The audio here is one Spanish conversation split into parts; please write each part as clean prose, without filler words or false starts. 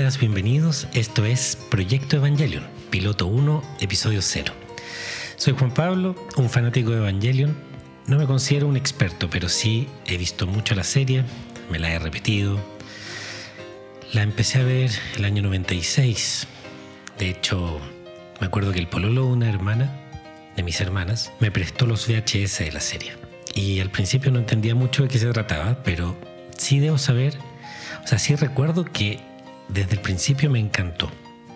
días, bienvenidos. Esto es Proyecto Evangelion, Piloto 1, Episodio 0. Soy Juan Pablo, un fanático de Evangelion. No me considero un experto, pero sí he visto mucho la serie, me la he repetido. La empecé a ver el año 96. De hecho, me acuerdo que el pololo de una hermana, de mis hermanas, me prestó los VHS de la serie. Y al principio no entendía mucho de qué se trataba, pero sí debo saber, sí recuerdo que desde el principio me encantó.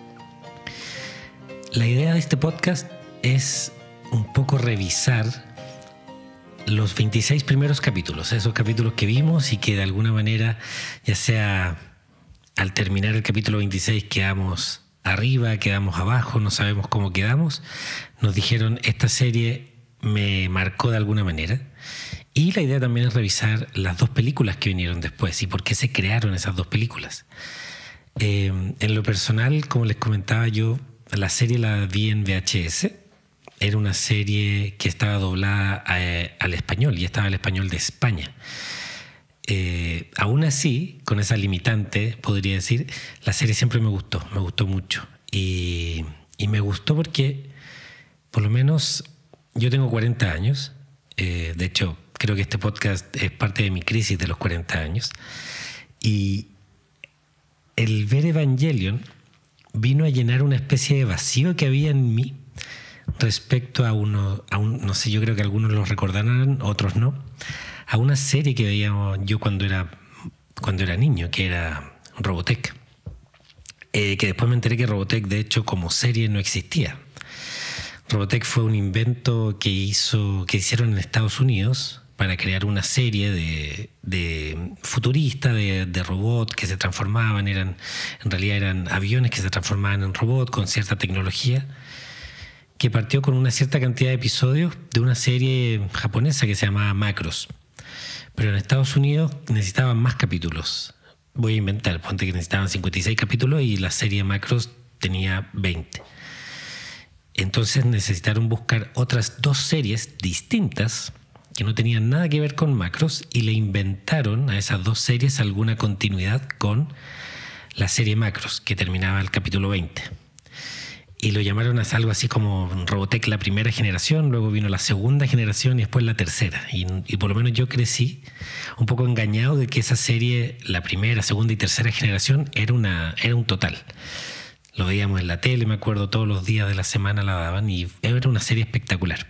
La idea de este podcast es un poco revisar los 26 primeros capítulos, esos capítulos que vimos y que de alguna manera, ya sea al terminar el capítulo 26 quedamos arriba, quedamos abajo, no sabemos cómo quedamos, nos dijeron esta serie me marcó de alguna manera. Y la idea también es revisar las dos películas que vinieron después y por qué se crearon esas dos películas. En lo personal, como les comentaba, yo la serie la vi en VHS. Era una serie que estaba doblada al español y estaba al español de España. Aún así, con esa limitante, podría decir, la serie siempre me gustó mucho. Y me gustó porque, por lo menos, yo tengo 40 años. De hecho, creo que este podcast es parte de mi crisis de los 40 años. Y el ver Evangelion vino a llenar una especie de vacío que había en mí respecto a no sé, yo creo que algunos lo recordarán, otros no, a una serie que veíamos yo cuando era niño, que era Robotech. Que después me enteré que Robotech, de hecho, como serie no existía. Robotech fue un invento que hicieron en Estados Unidos para crear una serie de futurista, de robots que se transformaban, en realidad eran aviones que se transformaban en robots con cierta tecnología, que partió con una cierta cantidad de episodios de una serie japonesa que se llamaba Macross. Pero en Estados Unidos necesitaban más capítulos. Voy a inventar, ponte que necesitaban 56 capítulos y la serie Macross tenía 20. Entonces necesitaron buscar otras dos series distintas que no tenían nada que ver con Macross y le inventaron a esas dos series alguna continuidad con la serie Macross, que terminaba el capítulo 20. Y lo llamaron a algo así como Robotech la primera generación, luego vino la segunda generación y después la tercera. Y por lo menos yo crecí un poco engañado de que esa serie, la primera, segunda y tercera generación, era un total. Lo veíamos en la tele, me acuerdo, todos los días de la semana la daban y era una serie espectacular.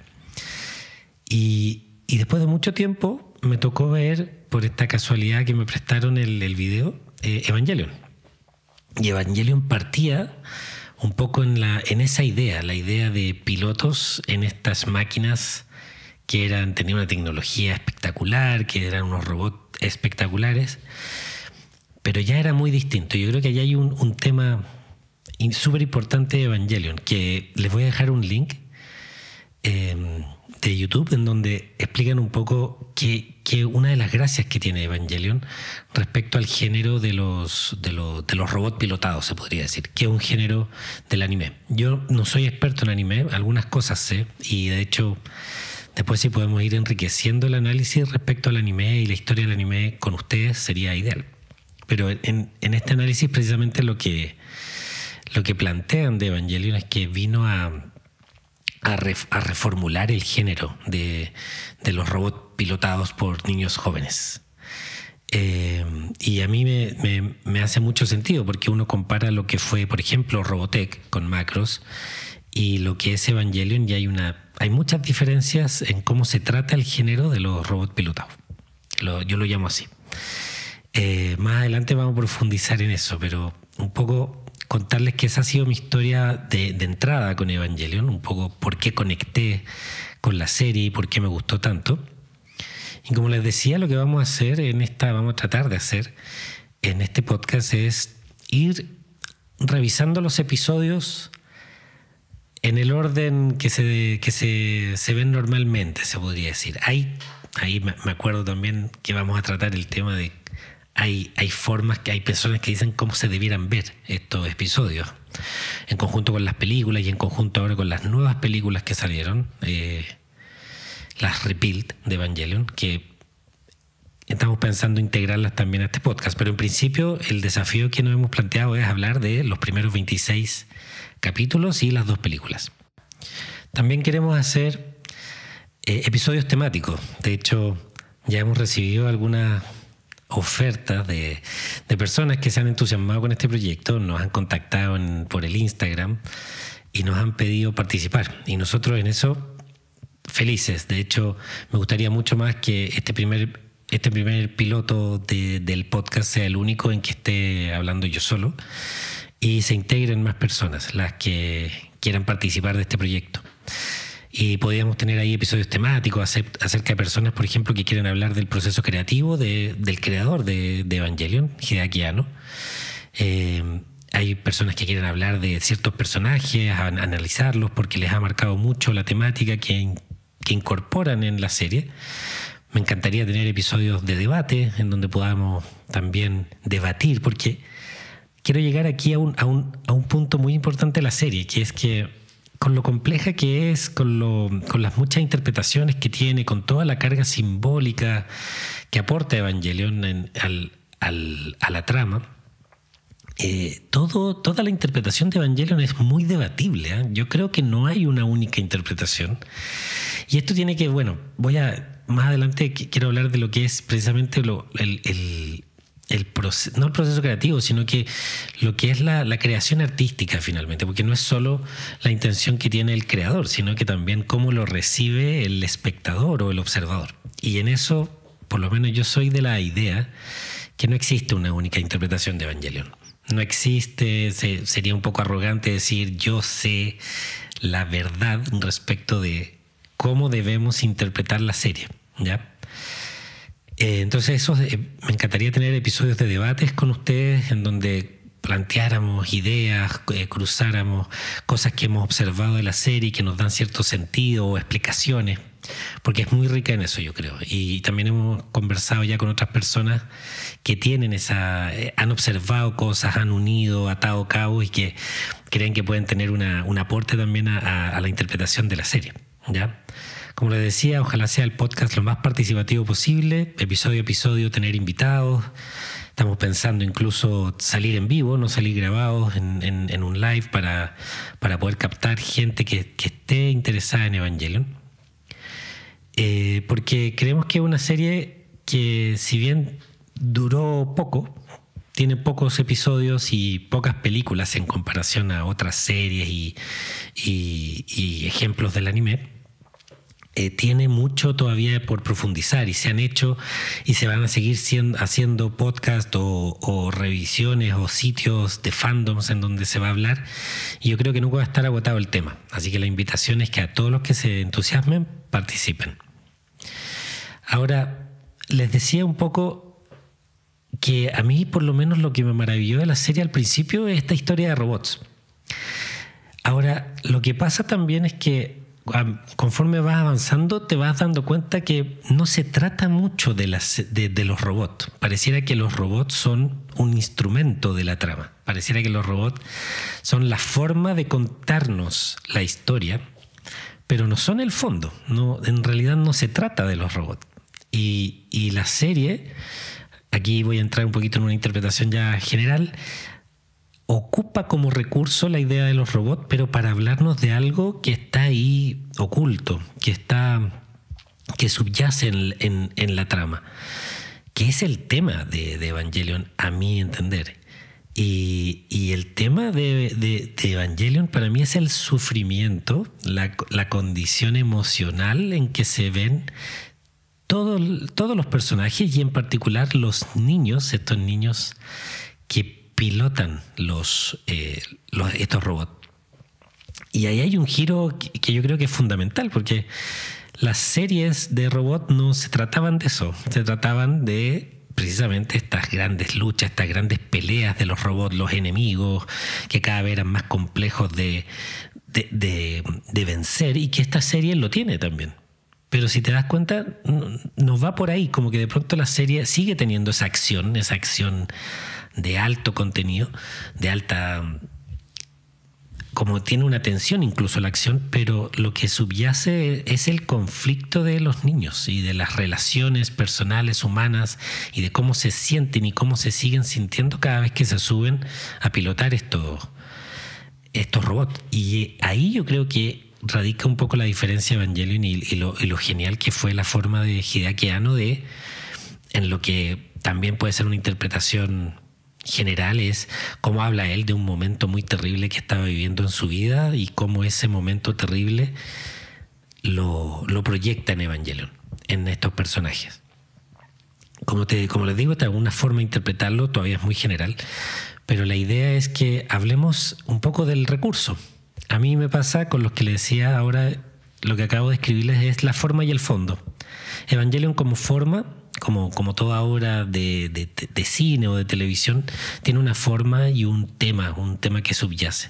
Y después de mucho tiempo me tocó ver, por esta casualidad que me prestaron el video, Evangelion. Y Evangelion partía un poco en esa idea, la idea de pilotos en estas máquinas que tenían una tecnología espectacular, que eran unos robots espectaculares, pero ya era muy distinto. Yo creo que allá hay un tema súper importante de Evangelion, que les voy a dejar un link de YouTube en donde explican un poco que una de las gracias que tiene Evangelion respecto al género de los robots pilotados, se podría decir, que es un género del anime. Yo no soy experto en anime, algunas cosas sé, y de hecho después si podemos ir enriqueciendo el análisis respecto al anime y la historia del anime con ustedes sería ideal. Pero en este análisis precisamente lo que plantean de Evangelion es que vino a reformular el género de los robots pilotados por niños jóvenes. Y a mí me hace mucho sentido porque uno compara lo que fue, por ejemplo, Robotech con Macross y lo que es Evangelion, y hay muchas diferencias en cómo se trata el género de los robots pilotados. Yo lo llamo así. Más adelante vamos a profundizar en eso, pero un poco contarles que esa ha sido mi historia de entrada con Evangelion, un poco por qué conecté con la serie y por qué me gustó tanto. Y como les decía, lo que vamos a tratar de hacer en este podcast es ir revisando los episodios en el orden que se ven normalmente, se podría decir. Ahí me acuerdo también que vamos a tratar el tema de hay formas, que hay personas que dicen cómo se debieran ver estos episodios en conjunto con las películas y en conjunto ahora con las nuevas películas que salieron, las Rebuild de Evangelion, que estamos pensando integrarlas también a este podcast. Pero en principio el desafío que nos hemos planteado es hablar de los primeros 26 capítulos y las 2 películas. También queremos hacer episodios temáticos. De hecho, ya hemos recibido algunas ofertas de personas que se han entusiasmado con este proyecto, nos han contactado por el Instagram y nos han pedido participar. Y nosotros en eso felices. De hecho, me gustaría mucho más que este primer piloto del podcast sea el único en que esté hablando yo solo y se integren más personas, las que quieran participar de este proyecto. Y podríamos tener ahí episodios temáticos acerca de personas, por ejemplo, que quieren hablar del proceso creativo del creador de Evangelion, Hideaki Anno. Hay personas que quieren hablar de ciertos personajes, analizarlos porque les ha marcado mucho la temática que incorporan en la serie. Me encantaría tener episodios de debate en donde podamos también debatir, porque quiero llegar aquí a un punto muy importante de la serie, que es que con lo compleja que es, con las muchas interpretaciones que tiene, con toda la carga simbólica que aporta Evangelion a la trama, toda la interpretación de Evangelion es muy debatible, ¿eh? Yo creo que no hay una única interpretación. Y esto tiene que, más adelante quiero hablar de lo que es precisamente no el proceso creativo, sino que lo que es la creación artística finalmente, porque no es solo la intención que tiene el creador, sino que también cómo lo recibe el espectador o el observador. Y en eso, por lo menos yo soy de la idea que no existe una única interpretación de Evangelion. No existe, sería un poco arrogante decir yo sé la verdad respecto de cómo debemos interpretar la serie, ¿ya? Entonces me encantaría tener episodios de debates con ustedes en donde planteáramos ideas, cruzáramos cosas que hemos observado de la serie y que nos dan cierto sentido o explicaciones, porque es muy rica en eso, yo creo. Y también hemos conversado ya con otras personas que tienen han observado cosas, han unido, atado cabos y que creen que pueden tener un aporte también a la interpretación de la serie, ¿ya? Como les decía, ojalá sea el podcast lo más participativo posible, episodio a episodio tener invitados. Estamos pensando incluso salir en vivo, no salir grabados en un live para poder captar gente que esté interesada en Evangelion. Porque creemos que es una serie que, si bien duró poco, tiene pocos episodios y pocas películas en comparación a otras series y ejemplos del anime, tiene mucho todavía por profundizar y se han hecho y se van a seguir haciendo podcasts o revisiones o sitios de fandoms en donde se va a hablar, y yo creo que nunca va a estar agotado el tema. Así que la invitación es que a todos los que se entusiasmen participen. Ahora, les decía un poco que a mí por lo menos lo que me maravilló de la serie al principio es esta historia de robots. Ahora, lo que pasa también es que conforme vas avanzando te vas dando cuenta que no se trata mucho de los robots. Pareciera que los robots son un instrumento de la trama. Pareciera que los robots son la forma de contarnos la historia, pero no son el fondo. No, en realidad no se trata de los robots. Y la serie, aquí voy a entrar un poquito en una interpretación ya general, ocupa como recurso la idea de los robots, pero para hablarnos de algo que está ahí oculto, que subyace en la trama, que es el tema de Evangelion, a mi entender. Y el tema de Evangelion para mí es el sufrimiento, la condición emocional en que se ven todos los personajes, y en particular los niños, estos niños que pilotan estos robots. Y ahí hay un giro que yo creo que es fundamental, porque las series de robots no se trataban de eso, se trataban de precisamente estas grandes luchas, estas grandes peleas de los robots, los enemigos, que cada vez eran más complejos de vencer, y que esta serie lo tiene también. Pero si te das cuenta, nos va por ahí, como que de pronto la serie sigue teniendo esa acción de alto contenido, de alta como tiene una tensión incluso la acción, pero lo que subyace es el conflicto de los niños y de las relaciones personales, humanas, y de cómo se sienten y cómo se siguen sintiendo cada vez que se suben a pilotar estos robots. Y ahí yo creo que radica un poco la diferencia de Evangelion y lo genial que fue la forma de Hideaki Anno en lo que también puede ser una interpretación general, es cómo habla él de un momento muy terrible que estaba viviendo en su vida y cómo ese momento terrible lo proyecta en Evangelion, en estos personajes. Como les digo, esta es una forma de interpretarlo, todavía es muy general, pero la idea es que hablemos un poco del recurso. A mí me pasa con los que les decía ahora, lo que acabo de escribirles es la forma y el fondo. Evangelion como forma, como toda obra de cine o de televisión, tiene una forma y un tema que subyace.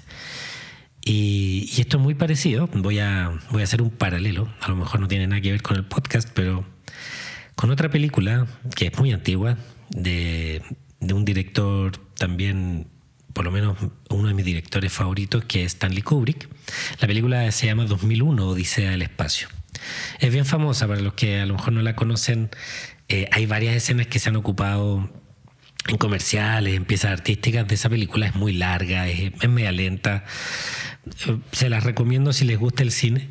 Y esto es muy parecido. Voy a hacer un paralelo, a lo mejor no tiene nada que ver con el podcast, pero con otra película que es muy antigua, de un director también, por lo menos uno de mis directores favoritos, que es Stanley Kubrick. La película se llama 2001, Odisea del Espacio. Es bien famosa para los que a lo mejor no la conocen. Hay varias escenas que se han ocupado en comerciales, en piezas artísticas de esa película. Es muy larga, es media lenta. Se las recomiendo si les gusta el cine.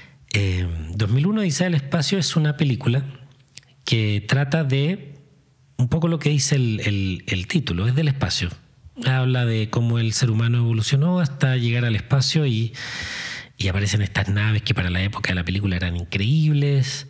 2001, Odisea del Espacio es una película que trata de un poco lo que dice el título, es del espacio. Habla de cómo el ser humano evolucionó hasta llegar al espacio y aparecen estas naves que para la época de la película eran increíbles.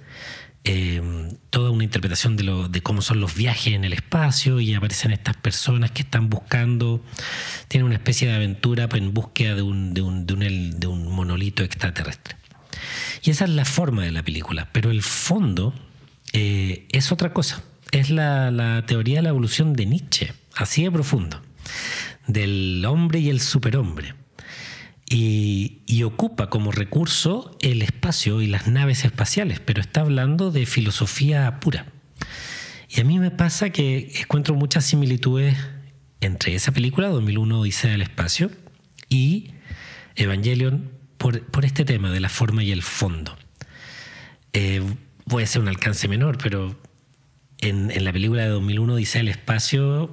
Toda una interpretación de cómo son los viajes en el espacio, y aparecen estas personas que están buscando, tienen una especie de aventura en búsqueda de un monolito extraterrestre. Y esa es la forma de la película, pero el fondo es otra cosa. Es la teoría de la evolución de Nietzsche, así de profundo, del hombre y el superhombre. Y ocupa como recurso el espacio y las naves espaciales, pero está hablando de filosofía pura. Y a mí me pasa que encuentro muchas similitudes entre esa película, 2001, Odisea del Espacio, y Evangelion por este tema de la forma y el fondo. Puede ser un alcance menor, pero en la película de 2001, Odisea del Espacio,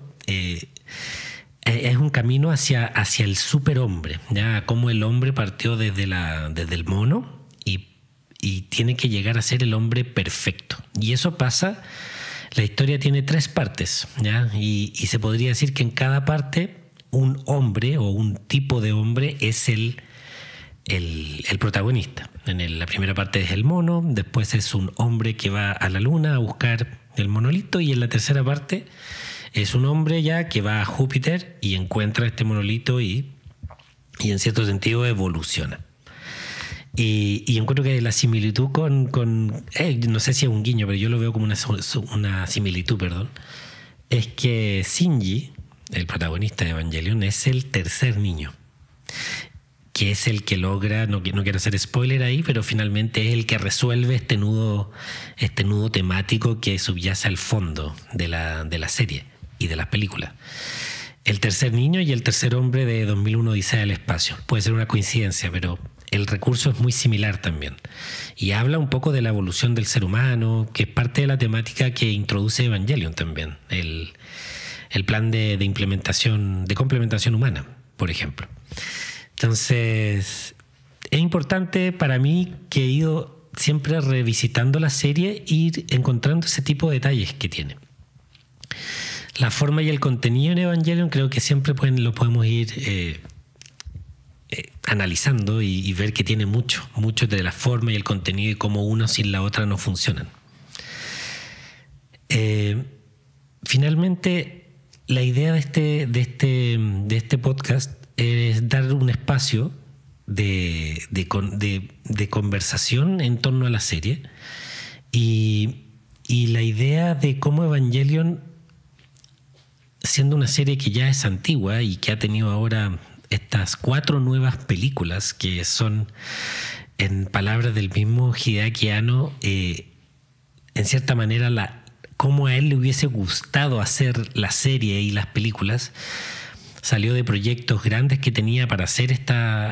es un camino hacia el superhombre, ya cómo el hombre partió desde el mono y tiene que llegar a ser el hombre perfecto. Y eso pasa, la historia tiene 3 partes, ¿ya? Y se podría decir que en cada parte un hombre o un tipo de hombre es el protagonista. La primera parte es el mono, después es un hombre que va a la luna a buscar el monolito, y en la tercera parte es un hombre ya que va a Júpiter y encuentra este monolito y en cierto sentido evoluciona. Y encuentro que la similitud no sé si es un guiño, pero yo lo veo como una similitud, es que Shinji, el protagonista de Evangelion, es el tercer niño, que es el que logra, no quiero hacer spoiler ahí, pero finalmente es el que resuelve este nudo temático que subyace al fondo de la serie y de las películas. El tercer niño y el tercer hombre de 2001, Odisea del Espacio. Puede ser una coincidencia, pero el recurso es muy similar también. Y habla un poco de la evolución del ser humano, que es parte de la temática que introduce Evangelion también. El plan de implementación, de complementación humana, por ejemplo. Entonces, es importante para mí, que he ido siempre revisitando la serie, ir encontrando ese tipo de detalles que tiene. La forma y el contenido en Evangelion creo que siempre lo podemos ir analizando y ver que tiene mucho de la forma y el contenido, y cómo uno sin la otra no funcionan. Finalmente, la idea de este podcast es dar un espacio de conversación en torno a la serie, y la idea de cómo Evangelion, siendo una serie que ya es antigua y que ha tenido ahora estas 4 nuevas películas que son, en palabras del mismo Hideaki Anno, en cierta manera cómo a él le hubiese gustado hacer la serie y las películas, salió de proyectos grandes que tenía para hacer estas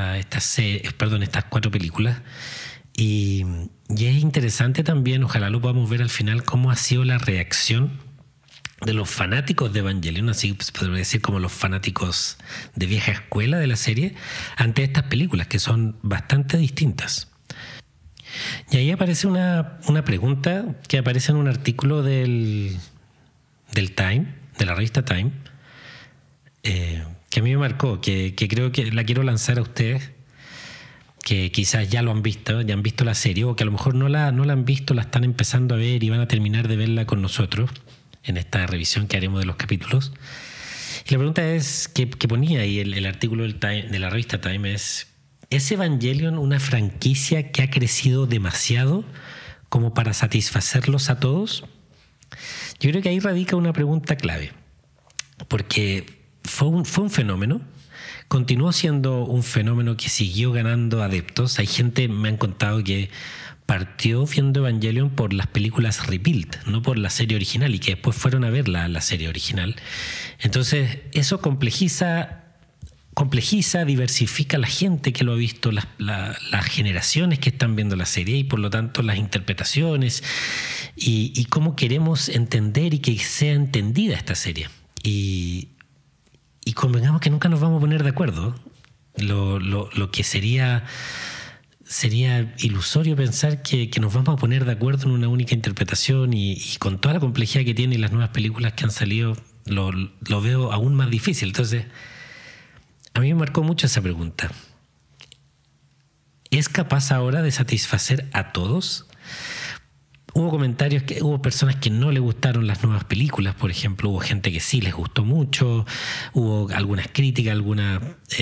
4 películas. Y es interesante también, ojalá lo podamos ver al final, cómo ha sido la reacción de los fanáticos de Evangelion, así se podría decir como los fanáticos de vieja escuela de la serie, ante estas películas que son bastante distintas. Y ahí aparece una pregunta que aparece en un artículo del Time, de la revista Time, que a mí me marcó, que creo que la quiero lanzar a ustedes, que quizás ya lo han visto, ya han visto la serie, o que a lo mejor no la han visto, la están empezando a ver y van a terminar de verla con nosotros en esta revisión que haremos de los capítulos. Y la pregunta es, que ponía ahí el artículo de la revista Time ¿es Evangelion una franquicia que ha crecido demasiado como para satisfacerlos a todos? Yo creo que ahí radica una pregunta clave, porque fue un fenómeno, continuó siendo un fenómeno que siguió ganando adeptos. Hay gente, me han contado, que partió viendo Evangelion por las películas rebuild, no por la serie original, y que después fueron a ver la serie original. Entonces eso complejiza, diversifica la gente que lo ha visto, las generaciones que están viendo la serie, y por lo tanto las interpretaciones y cómo queremos entender y que sea entendida esta serie. Y convengamos que nunca nos vamos a poner de acuerdo. Lo que sería ilusorio pensar que nos vamos a poner de acuerdo en una única interpretación, y con toda la complejidad que tiene y las nuevas películas que han salido, lo veo aún más difícil. Entonces, a mí me marcó mucho esa pregunta. ¿Es capaz ahora de satisfacer a todos? Hubo comentarios que hubo personas que no les gustaron las nuevas películas, por ejemplo. Hubo gente que sí les gustó mucho. Hubo algunas críticas, algunas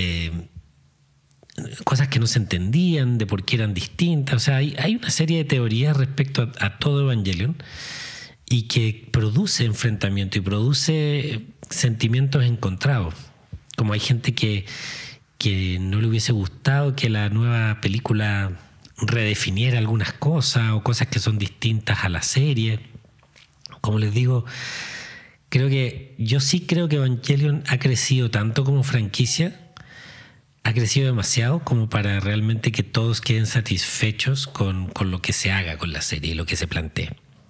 cosas que no se entendían de por qué eran distintas. O sea, hay una serie de teorías respecto a todo Evangelion, y que produce enfrentamiento y produce sentimientos encontrados. Como hay gente que no le hubiese gustado que la nueva película redefiniera algunas cosas, o cosas que son distintas a la serie. Como les digo, yo sí creo que Evangelion ha crecido tanto como franquicia, ha crecido demasiado como para realmente que todos queden satisfechos con lo que se haga con la serie y lo que se plantee.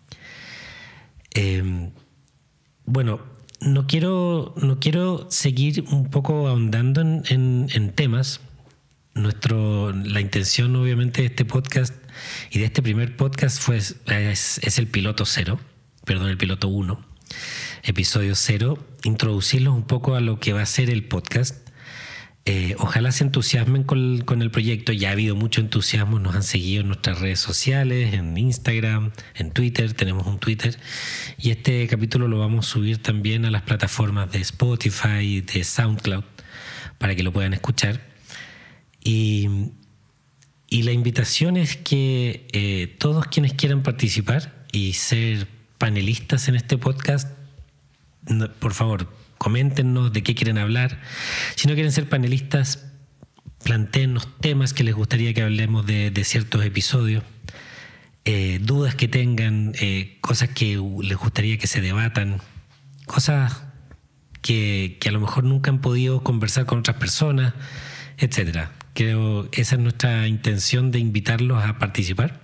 Bueno, no quiero seguir un poco ahondando en temas. La intención, obviamente, de este podcast y de este primer podcast es el piloto 1, episodio 0, introducirlos un poco a lo que va a ser el podcast. Ojalá se entusiasmen con el proyecto. Ya ha habido mucho entusiasmo, nos han seguido en nuestras redes sociales, en Instagram, en Twitter, tenemos un Twitter, y este capítulo lo vamos a subir también a las plataformas de Spotify, de SoundCloud, para que lo puedan escuchar. Y la invitación es que todos quienes quieran participar y ser panelistas en este podcast, por favor, coméntenos de qué quieren hablar. Si no quieren ser panelistas, plantéennos temas que les gustaría que hablemos de ciertos episodios, dudas que tengan, cosas que les gustaría que se debatan, cosas que a lo mejor nunca han podido conversar con otras personas, etcétera. Creo que esa es nuestra intención, de invitarlos a participar.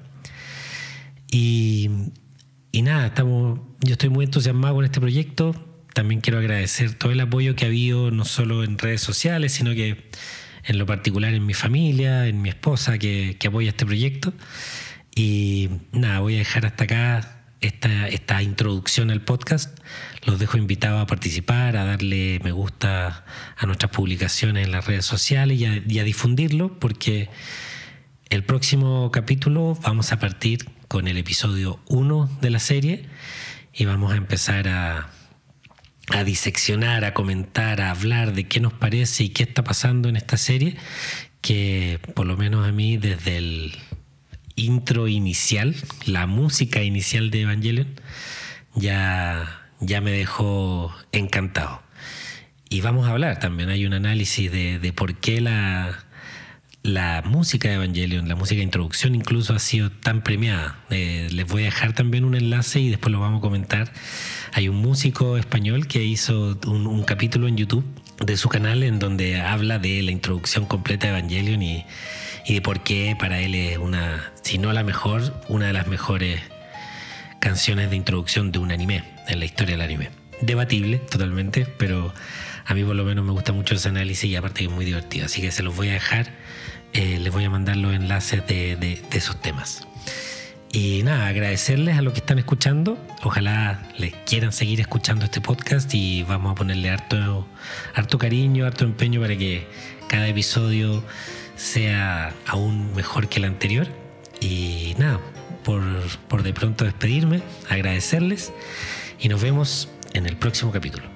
Y nada, yo estoy muy entusiasmado con este proyecto. También quiero agradecer todo el apoyo que ha habido, no solo en redes sociales, sino que en lo particular en mi familia, en mi esposa, que apoya este proyecto. Y nada, voy a dejar hasta acá esta introducción al podcast. Los dejo invitados a participar, a darle me gusta a nuestras publicaciones en las redes sociales y a difundirlo, porque el próximo capítulo vamos a partir con el episodio 1 de la serie, y vamos a empezar a diseccionar, a comentar, a hablar de qué nos parece y qué está pasando en esta serie, que por lo menos a mí, desde el intro inicial, la música inicial de Evangelion, ya me dejó encantado. Y vamos a hablar también, hay un análisis de por qué la música de Evangelion, la música de introducción incluso, ha sido tan premiada. Les voy a dejar también un enlace y después lo vamos a comentar. Hay un músico español que hizo un capítulo en YouTube de su canal, en donde habla de la introducción completa de Evangelion y de por qué para él es una, si no la mejor, una de las mejores canciones de introducción de un anime, en la historia del anime. Debatible totalmente, pero a mí por lo menos me gusta mucho ese análisis y aparte que es muy divertido, así que se los voy a dejar, les voy a mandar los enlaces de esos temas. Y nada, agradecerles a los que están escuchando. Ojalá les quieran seguir escuchando este podcast y vamos a ponerle harto cariño, harto empeño para que cada episodio sea aún mejor que el anterior. Y nada, por de pronto despedirme, agradecerles y nos vemos en el próximo capítulo.